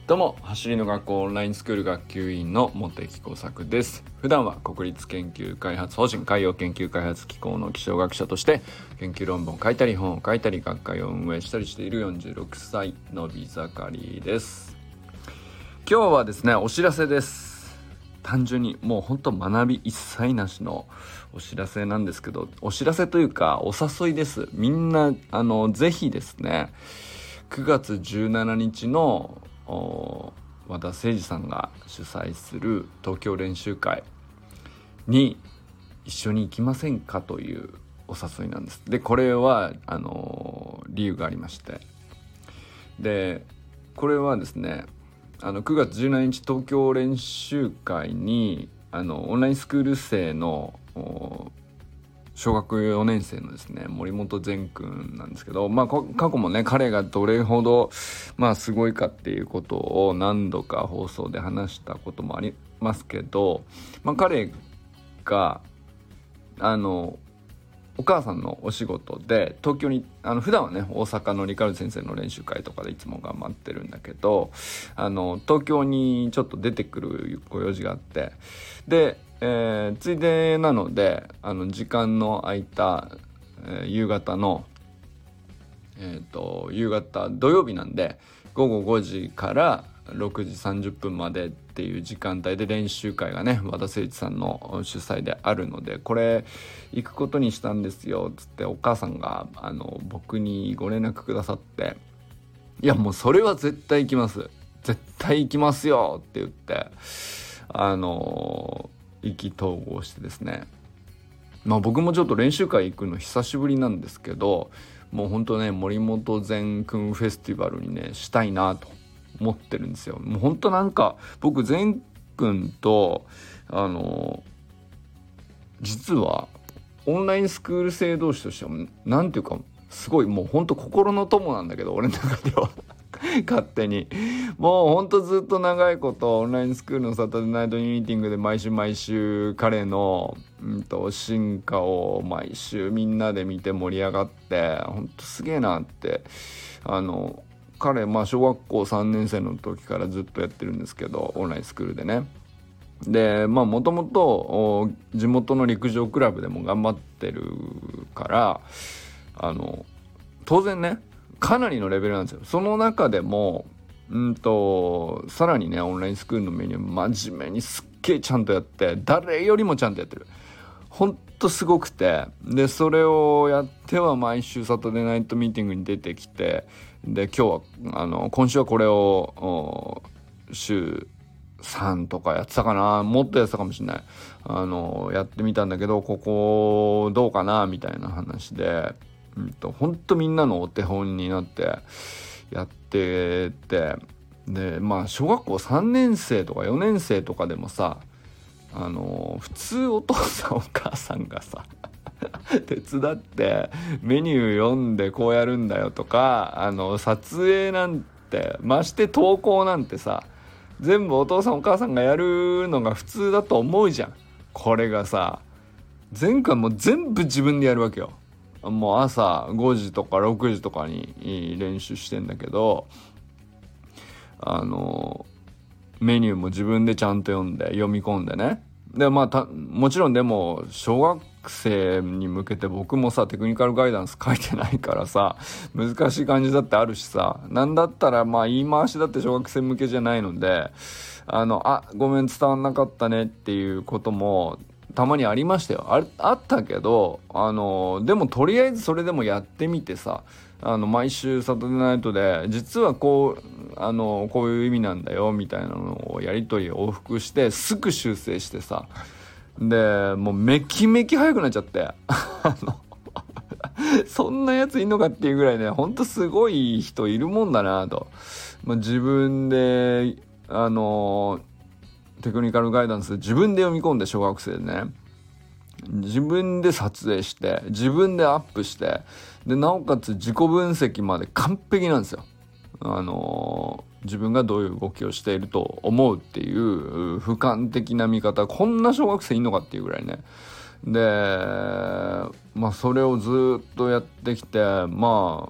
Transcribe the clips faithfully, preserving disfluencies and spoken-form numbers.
どうも、走りの学校オンラインスクール学級委員の茂木耕作です。普段は国立研究開発法人海洋研究開発機構の気象学者として研究論文を書いたり本を書いたり学会を運営したりしているよんじゅうろくさいのび盛りです。今日はですね、お知らせです。単純にもう本当学び一切なしのお知らせなんですけど、お知らせというかお誘いです。みんなあのぜひですね、くがつじゅうしちにちの和田誠二さんが主催する東京練習会に一緒に行きませんかというお誘いなんです。でこれはあの理由がありまして、でこれはですね、あのくがつじゅうしちにち東京練習会にあのオンラインスクール生の小学よねん生のですね森本善くんなんですけど、まあ過去もね彼がどれほどまあすごいかっていうことを何度か放送で話したこともありますけど、まあ彼があのお母さんのお仕事で東京にあの普段はね大阪のリカルド先生の練習会とかでいつも頑張ってるんだけど、あの東京にちょっと出てくるご用事があって、でえー、ついでなのであの時間の空いた、えー、夕方の、えー、と夕方土曜日なんでごごごじからろくじさんじゅっぷんまでっていう時間帯で練習会がね和田誠一さんの主催であるので、これ行くことにしたんですよつってお母さんがあの僕にご連絡くださって、いやもうそれは絶対行きます絶対行きますよって言ってあの意気投合してですね、まあ僕もちょっと練習会行くの久しぶりなんですけど、もうほんとね森本善くんフェスティバルにねしたいなと思ってるんですよ。もうほんとなんか僕善くんとあの実はオンラインスクール生同士としてはなんていうかすごいもうほんと心の友なんだけど、俺の中では勝手にもうほんとずっと長いことオンラインスクールのサタデーナイトミーティングで毎週毎週彼の、うんと、進化を毎週みんなで見て盛り上がって、ほんとすげえなって、あの彼まあ小学校さんねん生の時からずっとやってるんですけどオンラインスクールでね、でまあもともと地元の陸上クラブでも頑張ってるからあの当然ねかなりのレベルなんですよ。その中でもうんとさらにねオンラインスクールのメニュー真面目にすっげえちゃんとやって、誰よりもちゃんとやってる、ほんとすごくて、でそれをやっては毎週サタデーナイトミーティングに出てきて、で今日はあの今週はこれを週さんとかやってたかな、もっとやってたかもしれない、あのやってみたんだけどここどうかなみたいな話で、うんとほんとみんなのお手本になってやってて、でまあ小学校さんねん生とかよねん生とかでもさ、あの普通お父さんお母さんがさ手伝ってメニュー読んでこうやるんだよとか、あの撮影なんてまして投稿なんてさ全部お父さんお母さんがやるのが普通だと思うじゃん。これがさ前回もう全部自分でやるわけよ。もう朝ごじとかろくじとかに練習してんだけど、あのメニューも自分でちゃんと読んで読み込んでね、でまあたもちろんでも小学生に向けて僕もさテクニカルガイダンス書いてないからさ難しい感じだってあるしさ、なんだったらまあ言い回しだって小学生向けじゃないので、あのあごめん伝わんなかったねっていうこともたまにありましたよ。 あ, あったけどあのでもとりあえずそれでもやってみてさ、あの毎週サタデーナイトで実はこうあのこういう意味なんだよみたいなのをやり取り往復してすぐ修正してさ、でもうめきめき早くなっちゃってあのそんなやついんのかっていうぐらいねほんとすごい人いるもんだなと、まあ、自分であのテクニカルガイダンス自分で読み込んで小学生でね自分で撮影して自分でアップして、でなおかつ自己分析まで完璧なんですよ。あのー、自分がどういう動きをしていると思うっていう俯瞰的な見方、こんな小学生いんのかっていうぐらいね。でまあそれをずっとやってきて、まあ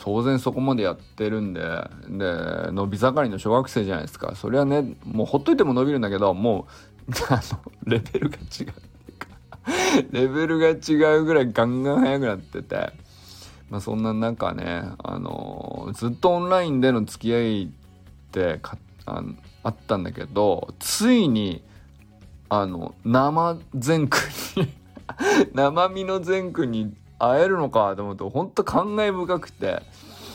当然そこまでやってるんで、で伸び盛りの小学生じゃないですか。それはねもうほっといても伸びるんだけど、もうあのレベルが違うっていうかレベルが違うぐらいガンガン速くなってて、まあ、そんな中ね、あのー、ずっとオンラインでの付き合いってか あ, あったんだけど、ついにあの生善くんに生身の善くんに会えるのかと思うと本当感慨深くて、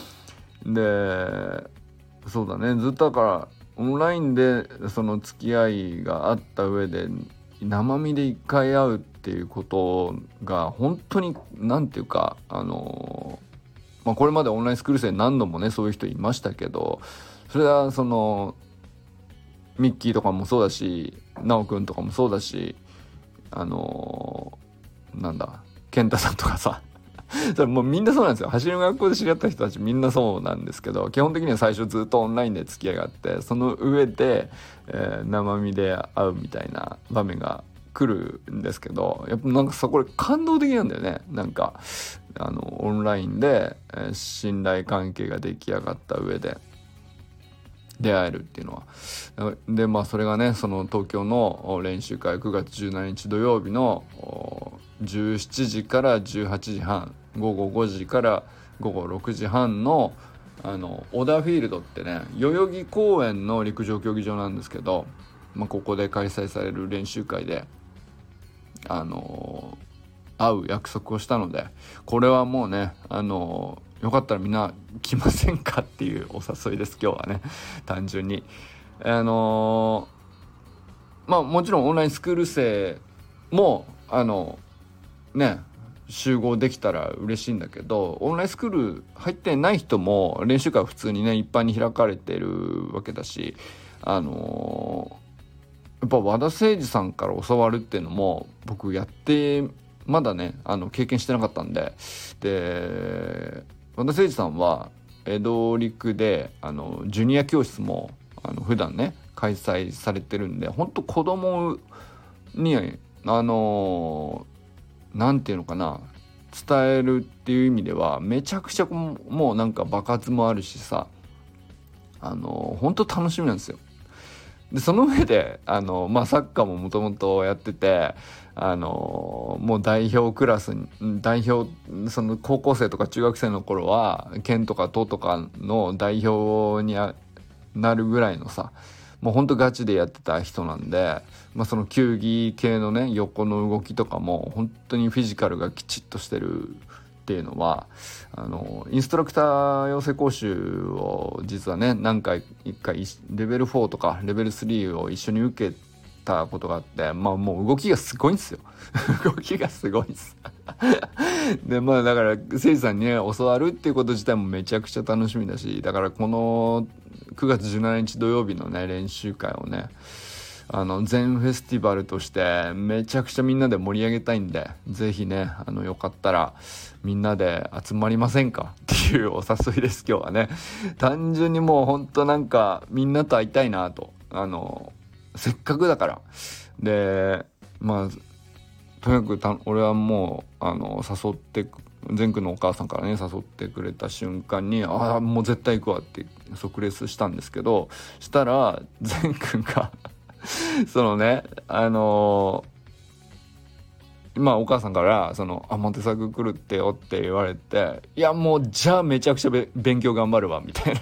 でそうだね、ずっとだからオンラインでその付き合いがあった上で生身で一回会うっていうことが本当になんていうか、あのまあこれまでオンラインスクール生何度もねそういう人いましたけど、それはそのミッキーとかもそうだし、ナオくんとかもそうだし、あのなんだケンタさんとかさそれもうみんなそうなんですよ。走りの学校で知り合った人たちみんなそうなんですけど、基本的には最初ずっとオンラインで付き合いがあって、その上で、えー、生身で会うみたいな場面が来るんですけど、やっぱなんかさこれ感動的なんだよね。なんかあのオンラインで、えー、信頼関係が出来上がった上で出会えるっていうのは。でまあそれがね、その東京の練習会くがつじゅうしちにち土曜日のじゅうしちじからじゅうはちじはん、午後ごじから午後ろくじはんのあのオダフィールドってね、代々木公園の陸上競技場なんですけど、まあ、ここで開催される練習会であの会う約束をしたので、これはもうね、あのよかったらみんな来ませんかっていうお誘いです、今日はね。単純にあのまあもちろんオンラインスクール生もあのね集合できたら嬉しいんだけど、オンラインスクール入ってない人も練習会は普通にね一般に開かれてるわけだし、あのー、やっぱ和田誠司さんから教わるっていうのも僕やってまだねあの経験してなかったんで、で和田誠司さんは江戸陸であのジュニア教室もあの普段ね開催されてるんで、本当子供にあのーなんていうのかな、伝えるっていう意味ではめちゃくちゃもうなんか爆発もあるしさ、あの本当楽しみなんですよ。でその上であの、まあ、サッカーももともとやってて、あのもう代表クラスに代表その高校生とか中学生の頃は県とか都とかの代表になるぐらいのさ、もうほんとガチでやってた人なんで、まあ、その球技系のね横の動きとかも本当にフィジカルがきちっとしてるっていうのは、あのインストラクター養成講習を実はね何回一回レベルフォーとかレベルスリーを一緒に受けたことがあって、まあもう動きがすごいんですよ動きがすごいんですでまあだから誠司さんにね教わるっていうこと自体もめちゃくちゃ楽しみだし、だからこのくがつじゅうしちにち土曜日のね練習会をねあの全フェスティバルとしてめちゃくちゃみんなで盛り上げたいんで、ぜひねあのよかったらみんなで集まりませんかっていうお誘いです、今日はね。単純にもうほんとなんかみんなと会いたいなと、あのせっかくだからで、まあとにかくた俺はもうあの誘って善くんのお母さんからね誘ってくれた瞬間に、ああもう絶対行くわって即レスしたんですけど、したら善くんがそのねあのー、まあお母さんからそのあモテサク来るってよって言われて、いやもうじゃあめちゃくちゃ勉強頑張るわみたい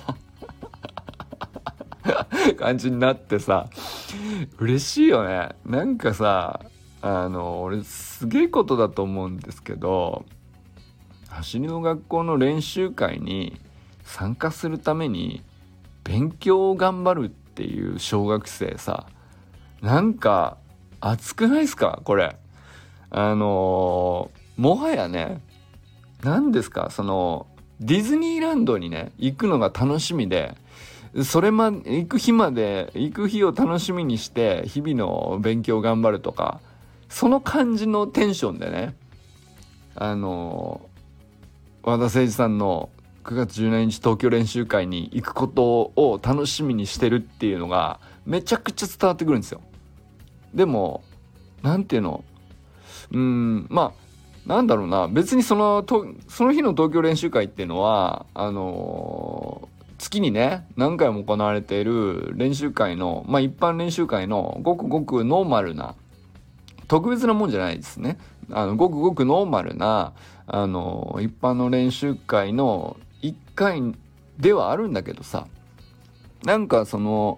な感じになってさ、嬉しいよね。なんかさあの俺すげえことだと思うんですけど、走りの学校の練習会に参加するために勉強を頑張るっていう小学生さ、なんか熱くないですかこれ。あのー、もはやね何ですか、そのディズニーランドにね行くのが楽しみで、それまで行く日まで行く日を楽しみにして日々の勉強を頑張るとか、その感じのテンションでね、あのー、和田誠司さんのくがつじゅうしちにち東京練習会に行くことを楽しみにしてるっていうのがめちゃくちゃ伝わってくるんですよ。でもなんていうのうーんまあなんだろうな、別にそのとその日の東京練習会っていうのはあのー月にね何回も行われている練習会の、まあ一般練習会のごくごくノーマルな特別なもんじゃないですね。あのごくごくノーマルなあの一般の練習会のいっかいではあるんだけどさ、なんかその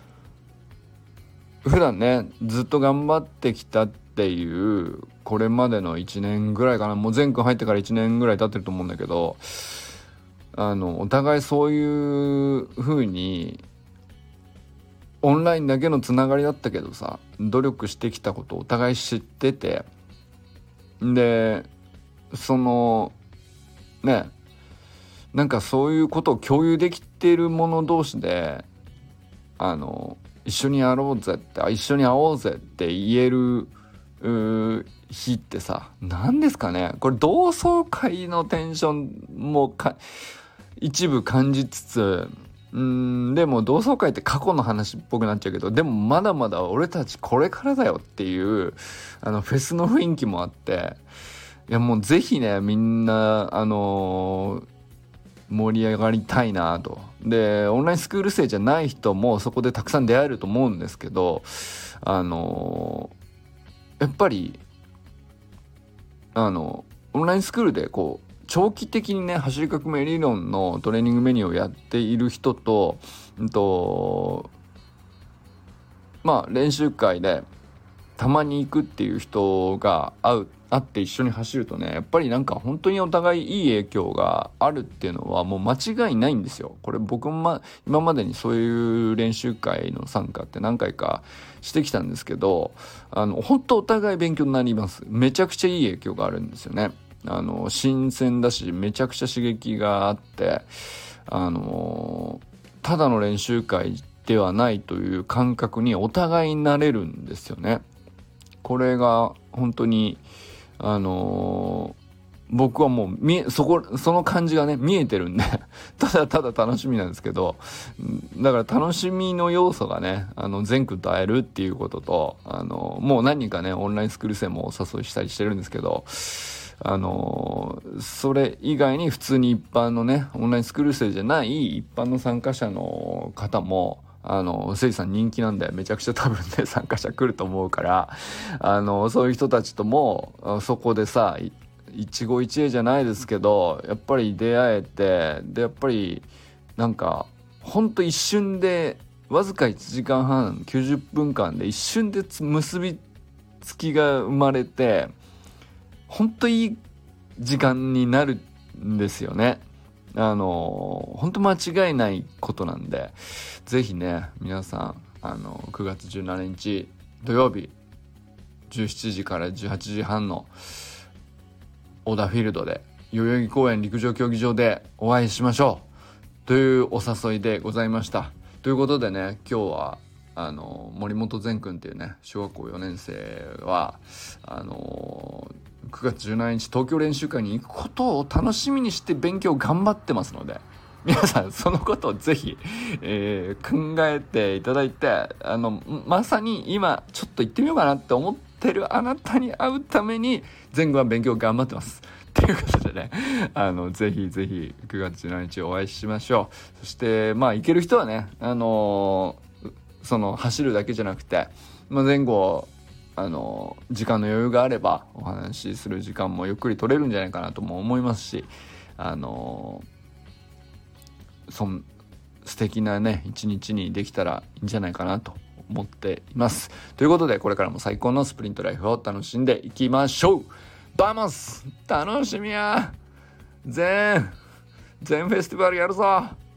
普段ねずっと頑張ってきたっていうこれまでのいちねんぐらいかな、もう前回入ってからいちねんぐらい経ってると思うんだけど、あのお互いそういう風にオンラインだけのつながりだったけどさ、努力してきたことをお互い知ってて、でそのねなんかそういうことを共有できている者同士であの一緒にやろうぜって一緒に会おうぜって言える日ってさ、何ですかね、これ同窓会のテンションもか一部感じつつ、うーんでも同窓会って過去の話っぽくなっちゃうけど、でもまだまだ俺たちこれからだよっていうあのフェスの雰囲気もあって、いやもうぜひねみんなあのー、盛り上がりたいなと。でオンラインスクール生じゃない人もそこでたくさん出会えると思うんですけど、あのー、やっぱりあのオンラインスクールでこう長期的にね走り革命理論のトレーニングメニューをやっている人と、うんとまあ練習会でたまに行くっていう人が会う会って一緒に走るとね、やっぱりなんか本当にお互いいい影響があるっていうのはもう間違いないんですよ。これ僕も、ま、今までにそういう練習会の参加って何回かしてきたんですけど、あの本当お互い勉強になります。めちゃくちゃいい影響があるんですよね。あの新鮮だしめちゃくちゃ刺激があって、あのただの練習会ではないという感覚にお互いになれるんですよね。これが本当にあの僕はもう見えそこその感じがね見えてるんでただただ楽しみなんですけど、だから楽しみの要素がねあの全くと会えるっていうことと、あのもう何人かねオンラインスクール生もお誘いしたりしてるんですけど、あのそれ以外に普通に一般のねオンラインスクール生じゃない一般の参加者の方もあのせいさん人気なんでめちゃくちゃ多分ね参加者来ると思うから、あのそういう人たちともそこでさ一期一会じゃないですけどやっぱり出会えて、でやっぱりなんかほんと一瞬でわずかいちじかんはんきゅうじゅっぷんかんで一瞬で結びつきが生まれてほんといい時間になるんですよね。あのほんと間違いないことなんで、ぜひね皆さんあのくがつじゅうしちにち土曜日じゅうしちじからじゅうはちじはんのオーダーフィールドで代々木公園陸上競技場でお会いしましょうというお誘いでございました。ということでね、今日はあの森本善くんっていうね小学校よねん生はあのくがつじゅうしちにち東京練習会に行くことを楽しみにして勉強頑張ってますので、皆さんそのことをぜひ、えー、考えていただいて、あのまさに今ちょっと行ってみようかなって思ってるあなたに会うために前後は勉強頑張ってますということでね、あのぜひぜひくがつじゅうしちにちお会いしましょう。そしてまあ行ける人はね、あのー、その走るだけじゃなくて、まあ、前後あの時間の余裕があればお話しする時間もゆっくり取れるんじゃないかなとも思いますし、あのそん素敵なね一日にできたらいいんじゃないかなと思っています。ということでこれからも最高のスプリントライフを楽しんでいきましょう。バモス楽しみや全全フェスティバルやるぞ。